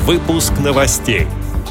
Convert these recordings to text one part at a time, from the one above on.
Выпуск новостей.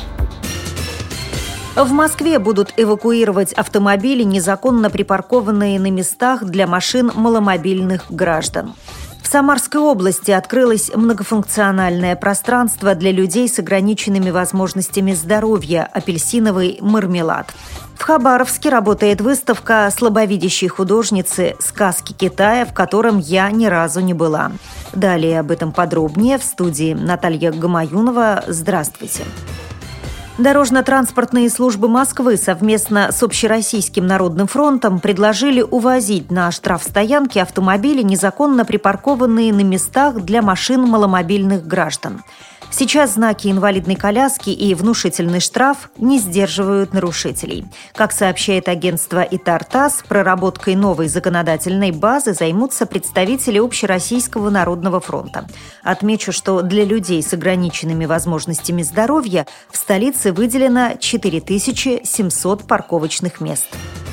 В Москве будут эвакуировать автомобили, незаконно припаркованные на местах для машин маломобильных граждан. В Самарской области открылось многофункциональное пространство для людей с ограниченными возможностями здоровья «Апельсиновый мармелад». В Хабаровске работает выставка слабовидящей художницы «Сказки Китая», в котором я ни разу не была. Далее об этом подробнее в студии Наталья Гамаюнова. Здравствуйте. Дорожно-транспортные службы Москвы совместно с Общероссийским народным фронтом предложили увозить на штрафстоянки автомобили, незаконно припаркованные на местах для машин маломобильных граждан. Сейчас знаки инвалидной коляски и внушительный штраф не сдерживают нарушителей. Как сообщает агентство ИТАР-ТАСС, проработкой новой законодательной базы займутся представители Общероссийского народного фронта. Отмечу, что для людей с ограниченными возможностями здоровья в столице выделено 4700 парковочных мест.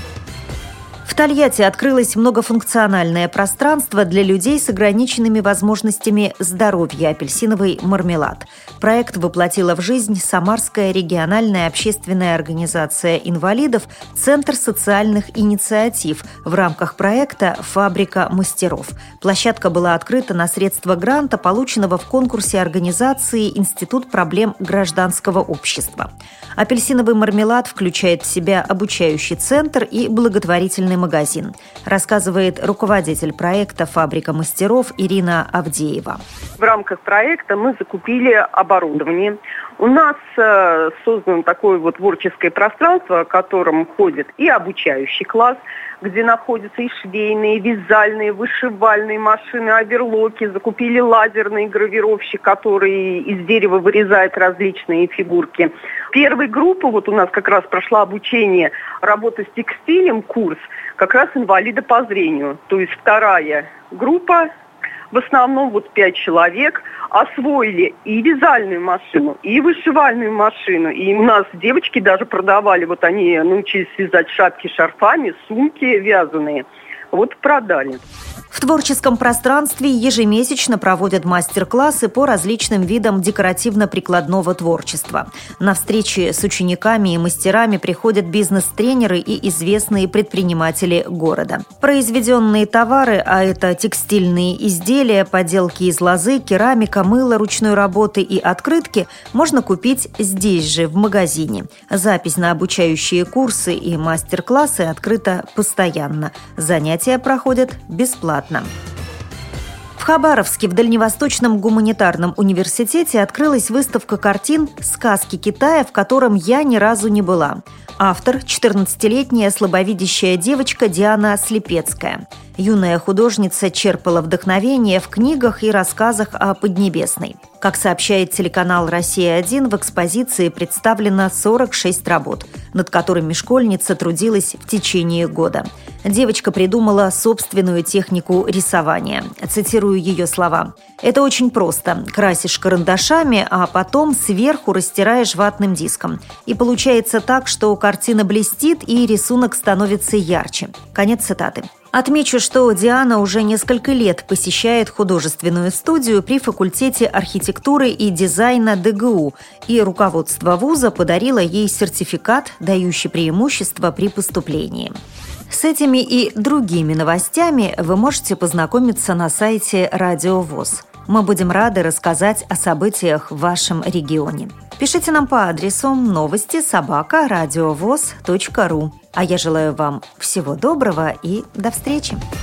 В Тольятти открылось многофункциональное пространство для людей с ограниченными возможностями здоровья «Апельсиновый мармелад». Проект воплотила в жизнь Самарская региональная общественная организация инвалидов «Центр социальных инициатив» в рамках проекта «Фабрика мастеров». Площадка была открыта на средства гранта, полученного в конкурсе организации «Институт проблем гражданского общества». «Апельсиновый мармелад» включает в себя обучающий центр и благотворительный магазин, рассказывает руководитель проекта «Фабрика мастеров» Ирина Авдеева. В рамках проекта мы закупили оборудование. У нас создано такое творческое пространство, в котором ходит и обучающий класс, где находятся и швейные, вязальные, вышивальные машины, оверлоки. Закупили лазерный гравировщик, который из дерева вырезает различные фигурки. Первая группа, у нас как раз прошла обучение работы с текстилем, курс, как раз инвалида по зрению. То есть вторая группа, в основном 5 человек, освоили и вязальную машину, и вышивальную машину. И у нас девочки даже продавали, они научились вязать шапки шарфами, сумки вязаные. Продали. В творческом пространстве ежемесячно проводят мастер-классы по различным видам декоративно-прикладного творчества. На встречи с учениками и мастерами приходят бизнес-тренеры и известные предприниматели города. Произведенные товары, а это текстильные изделия, поделки из лозы, керамика, мыло ручной работы и открытки, можно купить здесь же, в магазине. Запись на обучающие курсы и мастер-классы открыта постоянно. Занятия проходят бесплатно. В Хабаровске в Дальневосточном гуманитарном университете открылась выставка картин «Сказки Китая», в котором я ни разу не была. Автор – 14-летняя слабовидящая девочка Диана Слепецкая. Юная художница черпала вдохновение в книгах и рассказах о Поднебесной. Как сообщает телеканал «Россия-1», в экспозиции представлено 46 работ, над которыми школьница трудилась в течение года. Девочка придумала собственную технику рисования. Цитирую ее слова. «Это очень просто. Красишь карандашами, а потом сверху растираешь ватным диском. И получается так, что картина блестит и рисунок становится ярче». Конец цитаты. Отмечу, что Диана уже несколько лет посещает художественную студию при факультете архитектуры и дизайна ДГУ, и руководство вуза подарило ей сертификат, дающий преимущество при поступлении. С этими и другими новостями вы можете познакомиться на сайте Радио ВОС. Мы будем рады рассказать о событиях в вашем регионе. Пишите нам по адресу новости@радиовос.ру. А я желаю вам всего доброго и до встречи!